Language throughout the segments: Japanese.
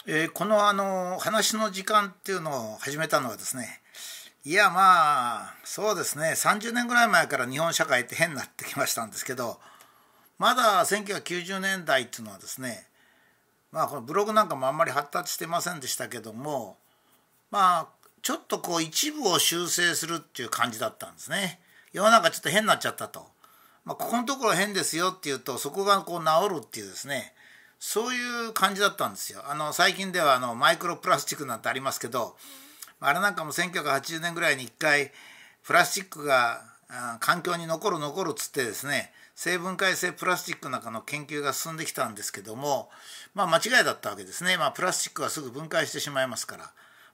この話の時間っていうのを始めたのはですね、いやまあそうですね、30年ぐらい前から日本社会って変になってきましたんですけど、まだ1990年代っていうのはですね、このブログなんかもあんまり発達してませんでしたけども、ちょっとこう一部を修正するっていう感じだったんですね。世の中ちょっと変になっちゃったと。ここのところ変ですよっていうと、そこがこう治るっていうですね、そういう感じだったんですよ。最近ではマイクロプラスチックなんてありますけど、あれなんかも1980年ぐらいに1回プラスチックが環境に残るっつってですね、生分解性プラスチックなんかの研究が進んできたんですけども、間違いだったわけですね。プラスチックはすぐ分解してしまいますから、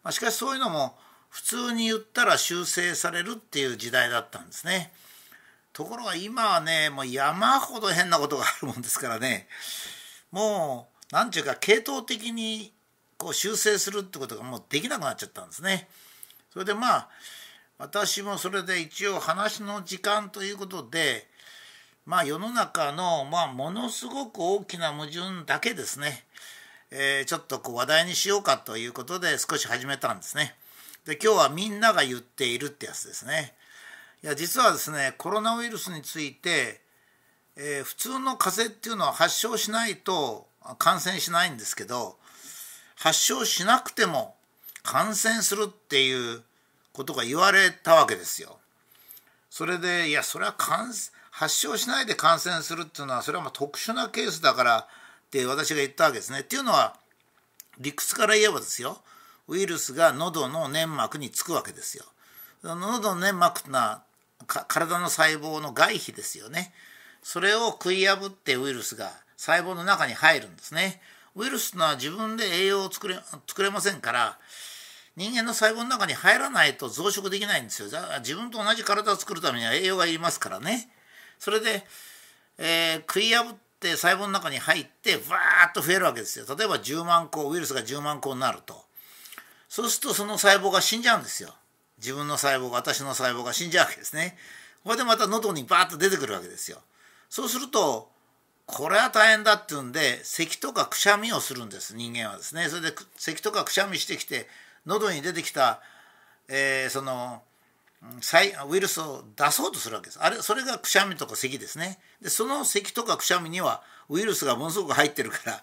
しかしそういうのも普通に言ったら修正されるっていう時代だったんですね。ところが今はね、もう山ほど変なことがあるもんですからね、もう何ていうか系統的にこう修正するってことがもうできなくなっちゃったんですね。それで私もそれで一応話の時間ということで、世の中のものすごく大きな矛盾だけですね、ちょっとこう話題にしようかということで少し始めたんですね。で今日はみんなが言っているってやつですね。いや実はですね、コロナウイルスについて、普通の風邪っていうのは発症しないと感染しないんですけど、発症しなくても感染するっていうことが言われたわけですよ。それでそれは発症しないで感染するっていうのはそれは特殊なケースだからって私が言ったわけですね。っていうのは理屈から言えばですよ、ウイルスが喉の粘膜につくわけですよ。喉の粘膜ってのは体の細胞の外皮ですよね。それを食い破ってウイルスが細胞の中に入るんですね。ウイルスというのは自分で栄養を作れませんから、人間の細胞の中に入らないと増殖できないんですよ。自分と同じ体を作るためには栄養がいりますからね。それで、食い破って細胞の中に入ってバーッと増えるわけですよ。例えば10万個、ウイルスが10万個になると、そうするとその細胞が死んじゃうんですよ。自分の細胞が、私の細胞が死んじゃうわけですね。これでまた喉にバーッと出てくるわけですよ。そうするとこれは大変だっていうんで、咳とかくしゃみをするんです、人間はですね。それで咳とかくしゃみしてきて喉に出てきた、そのウイルスを出そうとするわけです。それがくしゃみとか咳ですね。でその咳とかくしゃみにはウイルスがものすごく入ってるから、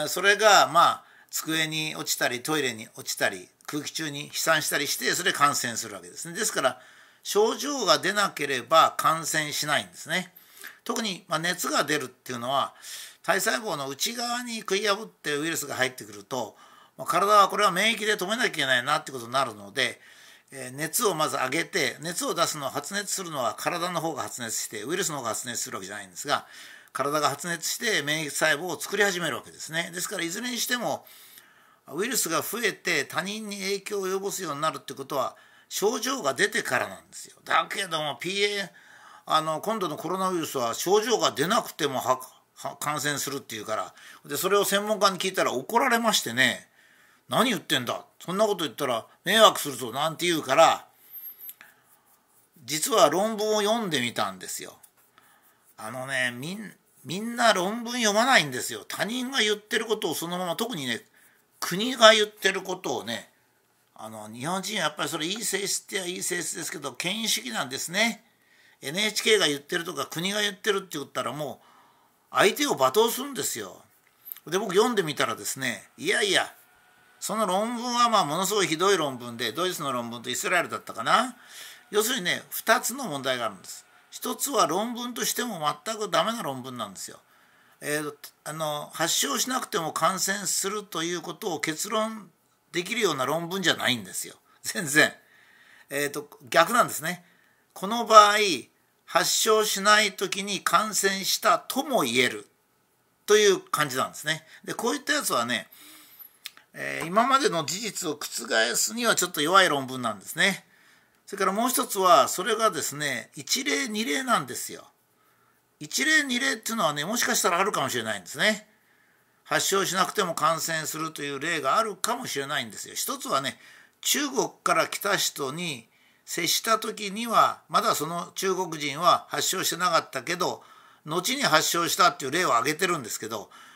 それが机に落ちたりトイレに落ちたり空気中に飛散したりして、それで感染するわけですね。ですから症状が出なければ感染しないんですね。特に熱が出るっていうのは体細胞の内側に食い破ってウイルスが入ってくると、体はこれは免疫で止めなきゃいけないなってことになるので、熱をまず上げて、熱を出すのは、発熱するのは体の方が発熱してウイルスの方が発熱するわけじゃないんですが、体が発熱して免疫細胞を作り始めるわけですね。ですからいずれにしてもウイルスが増えて他人に影響を及ぼすようになるってことは症状が出てからなんですよ。だけども今度のコロナウイルスは症状が出なくても感染するっていうから、でそれを専門家に聞いたら怒られましてね、何言ってんだ、そんなこと言ったら迷惑するぞなんて言うから、実は論文を読んでみたんですよ。みんな論文読まないんですよ。他人が言ってることをそのまま、特にね国が言ってることをね、日本人はやっぱりそれいい性質っていい性質ですけど権威主義なんですね。NHK が言ってるとか国が言ってるって言ったらもう相手を罵倒するんですよ。で僕読んでみたらですね、その論文はものすごいひどい論文で、ドイツの論文とイスラエルだったかな。要するにね、2つの問題があるんです。一つは論文としても全くダメな論文なんですよ。発症しなくても感染するということを結論できるような論文じゃないんですよ、全然。逆なんですね。この場合発症しない時に感染したとも言えるという感じなんですね。でこういったやつはね、今までの事実を覆すにはちょっと弱い論文なんですね。それからもう一つは、それがですね一例二例なんですよ。一例二例っていうのはね、もしかしたらあるかもしれないんですね。発症しなくても感染するという例があるかもしれないんですよ。一つはね、中国から来た人に接した時にはまだその中国人は発症してなかったけど後に発症したっていう例を挙げてるんですけど、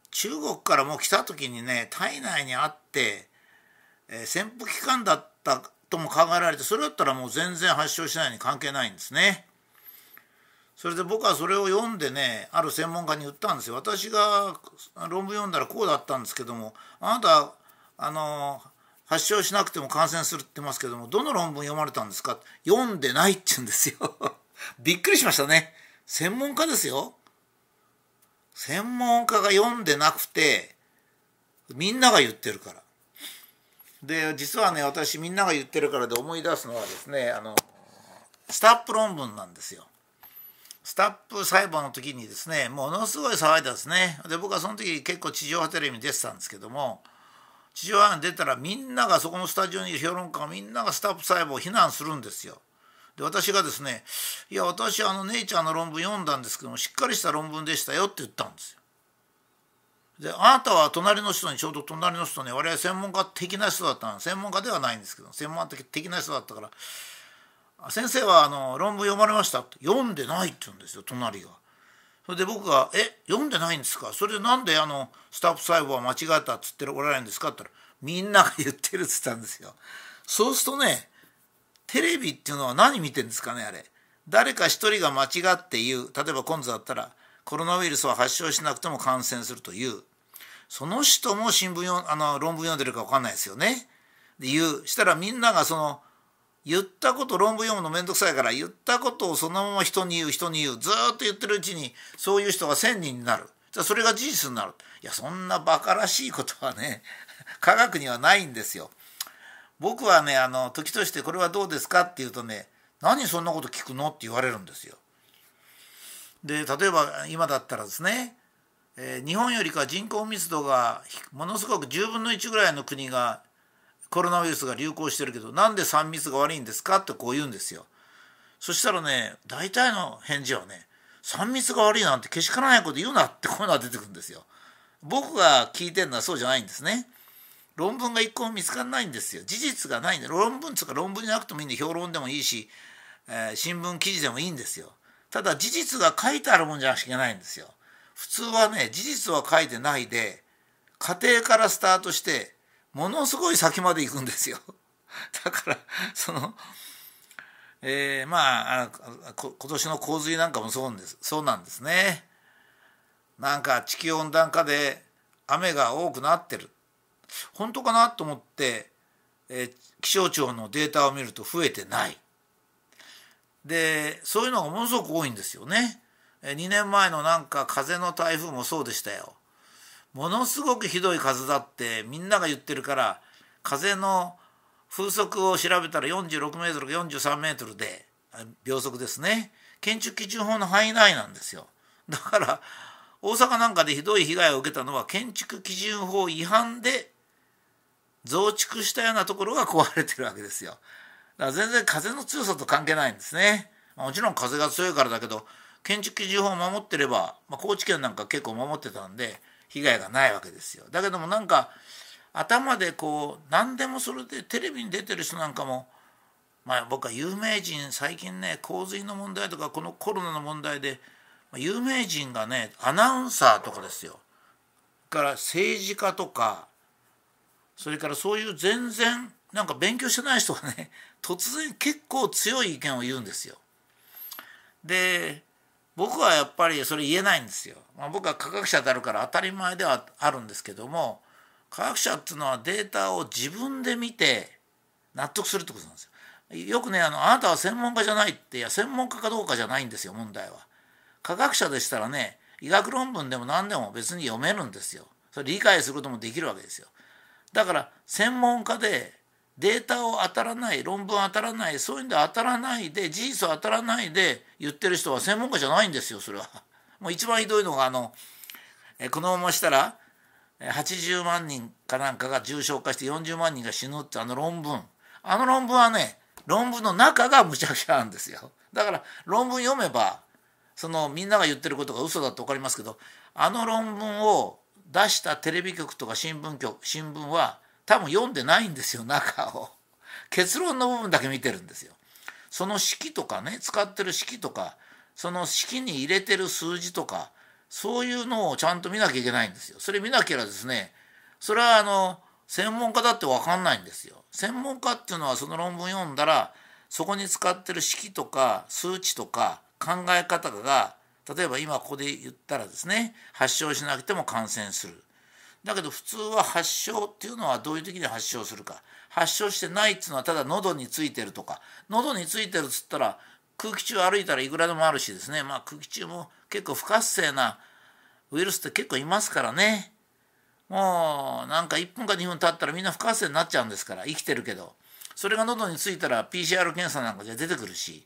中国からもう来た時にね体内にあって、潜伏期間だったとも考えられて、それだったらもう全然発症しないに関係ないんですね。それで僕はそれを読んでね、ある専門家に言ったんですよ。私が論文読んだらこうだったんですけども、あなた発症しなくても感染するって言ってますけども、どの論文読まれたんですか。読んでないって言うんですよびっくりしましたね。専門家ですよ。専門家が読んでなくて、みんなが言ってるから。で実はね、私みんなが言ってるからで思い出すのはですね、スタップ論文なんですよ。スタップ細胞の時にですね、ものすごい騒いだんですね。で僕はその時結構地上波テレビに出てたんですけども、地上波に出たらみんなが、そこのスタジオにいる評論家がみんながスタップ細胞を非難するんですよ。で私がですね、いや私ネイチャーの論文読んだんですけども、しっかりした論文でしたよって言ったんですよ。であなたは隣の人に、ちょうど隣の人ね、我々専門家的な人だったの。専門家ではないんですけど専門家的な人だったから、先生は論文読まれましたって。読んでないって言うんですよ、隣が。それで僕が「読んでないんですか。それでなんでスタップ細胞は間違えたっつっておられるんですか」って言ったら「みんなが言ってる」っつったんですよ。そうするとね、テレビっていうのは何見てるんですかね、あれ。誰か一人が間違って言う。例えば今度だったらコロナウイルスは発症しなくても感染するという、その人も論文読んでるか分かんないですよね。でしたらみんなが言ったこと、論文読むのめんどくさいから言ったことをそのまま人に言うずーっと言ってるうちにそういう人が1,000人になる。それが事実になる。いや、そんなバカらしいことはね科学にはないんですよ。僕はね時としてこれはどうですかって言うとね、何そんなこと聞くのって言われるんですよ。で例えば今だったらですね、日本よりか人口密度がものすごく10分の1ぐらいの国がコロナウイルスが流行してるけど、なんで3密が悪いんですかってこう言うんですよ。そしたらね、大体の返事はね、3密が悪いなんてけしからないこと言うなってこういうのが出てくるんですよ。僕が聞いてるのはそうじゃないんですね。論文が一個も見つからないんですよ。事実がないんで、論文つうか論文じゃなくてもいいんで、評論でもいいし、新聞記事でもいいんですよ。ただ事実が書いてあるもんじゃなきゃいけないんですよ。普通はね、事実は書いてないで、家庭からスタートしてものすごい先まで行くんですよ。だから今年の洪水なんかもそうなんですね。なんか地球温暖化で雨が多くなってる、本当かなと思って、気象庁のデータを見ると増えてない。でそういうのがものすごく多いんですよね。2年前のなんか風の台風もそうでしたよ。ものすごくひどい風だってみんなが言ってるから、風の風速を調べたら46メートルか43メートルで、秒速ですね、建築基準法の範囲内なんですよ。だから大阪なんかでひどい被害を受けたのは建築基準法違反で増築したようなところが壊れてるわけですよ。だから全然風の強さと関係ないんですね。もちろん風が強いからだけど、建築基準法を守ってれば、高知県なんか結構守ってたんで被害がないわけですよ。だけどもなんか頭で何でもそれで、テレビに出てる人なんかも、僕は有名人、最近ね洪水の問題とかこのコロナの問題で有名人がね、アナウンサーとかですよ、から政治家とか、それからそういう全然なんか勉強してない人がね、突然結構強い意見を言うんですよ。で僕はやっぱりそれ言えないんですよ。僕は科学者であるから当たり前ではあるんですけども、科学者っていうのはデータを自分で見て納得するってことなんですよ。よくね、あなたは専門家じゃないって、いや専門家かどうかじゃないんですよ、問題は。科学者でしたらね、医学論文でも何でも別に読めるんですよ。それ理解することもできるわけですよ。だから専門家でデータを当たらない、論文当たらない、そういうんで当たらないで、事実当たらないで言ってる人は専門家じゃないんですよ、それは。もう一番ひどいのがこのまましたら80万人かなんかが重症化して40万人が死ぬって論文はね、論文の中がむちゃくちゃなんですよ。だから論文読めばみんなが言ってることが嘘だって分かりますけど、論文を出したテレビ局とか新聞は多分読んでないんですよ、中を。結論の部分だけ見てるんですよ。その式とかね、使ってる式とか、その式に入れてる数字とか、 そういうのをちゃんと見なきゃいけないんですよ。それ見なきゃですね、それは専門家だって分かんないんですよ。専門家っていうのはその論文読んだらそこに使ってる式とか数値とか考え方が、例えば今ここで言ったらですね、発症しなくても感染する。だけど普通は発症っていうのはどういう時に発症するか。発症してないっていうのはただ喉についてるとか、喉についてるっつったら空気中歩いたらいくらでもあるしですね、空気中も結構不活性なウイルスって結構いますからね。もうなんか1分か2分経ったらみんな不活性になっちゃうんですから、生きてるけど。それが喉についたら PCR 検査なんかじゃ出てくるし、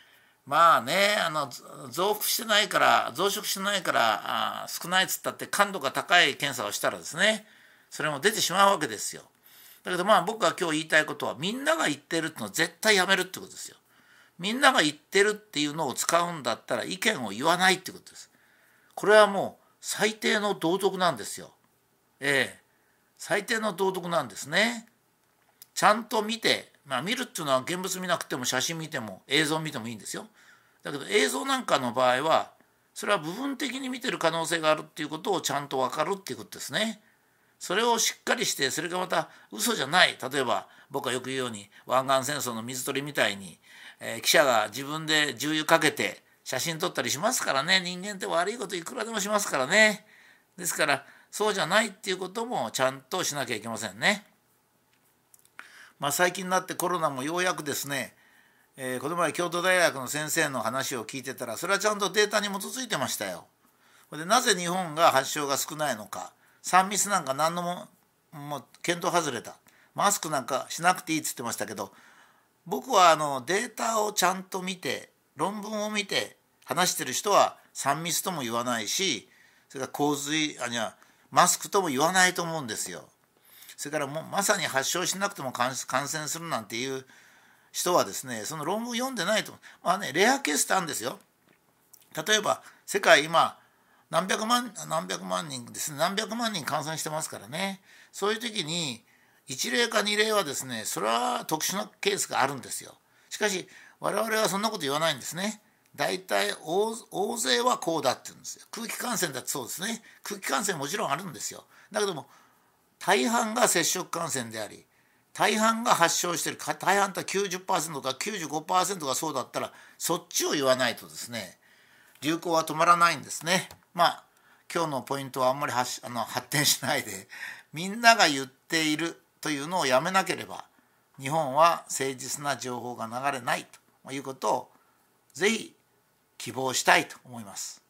増殖してないから少ないっつったって感度が高い検査をしたらですね、それも出てしまうわけですよ。だけど僕が今日言いたいことは、みんなが言ってるってのを絶対やめるってことですよ。みんなが言ってるっていうのを使うんだったら意見を言わないってことです。これはもう最低の道徳なんですよ。最低の道徳なんですね。ちゃんと見て、見るっていうのは現物見なくても写真見ても映像見てもいいんですよ。だけど映像なんかの場合はそれは部分的に見てる可能性があるっていうことをちゃんと分かるっていうことですね。それをしっかりして、それがまた嘘じゃない、例えば僕がよく言うように湾岸戦争の水鳥みたいに、記者が自分で重油かけて写真撮ったりしますからね。人間って悪いこといくらでもしますからね。ですからそうじゃないっていうこともちゃんとしなきゃいけませんね。最近になってコロナもようやくですね、この前京都大学の先生の話を聞いてたら、それはちゃんとデータに基づいてましたよ。でなぜ日本が発症が少ないのか、3密なんか何のも検討外れた、マスクなんかしなくていいっつってましたけど、僕はデータをちゃんと見て論文を見て話してる人は3密とも言わないし、それから洪水マスクとも言わないと思うんですよ。それからもうまさに発症しなくても感染するなんていう人はですね、その論文読んでないと。レアケースってあるんですよ。例えば世界今何百万人ですね、何百万人感染してますからね。そういう時に1例か2例はですね、それは特殊なケースがあるんですよ。しかし我々はそんなこと言わないんですね。大体大勢はこうだって言うんですよ。空気感染だってそうですね。空気感染もちろんあるんですよ。だけども大半が接触感染であり、大半が発症している、大半とは 90% か 95% がそうだったら、そっちを言わないとですね、流行は止まらないんですね。今日のポイントはあんまり発展しないで、みんなが言っているというのをやめなければ、日本は誠実な情報が流れないということをぜひ希望したいと思います。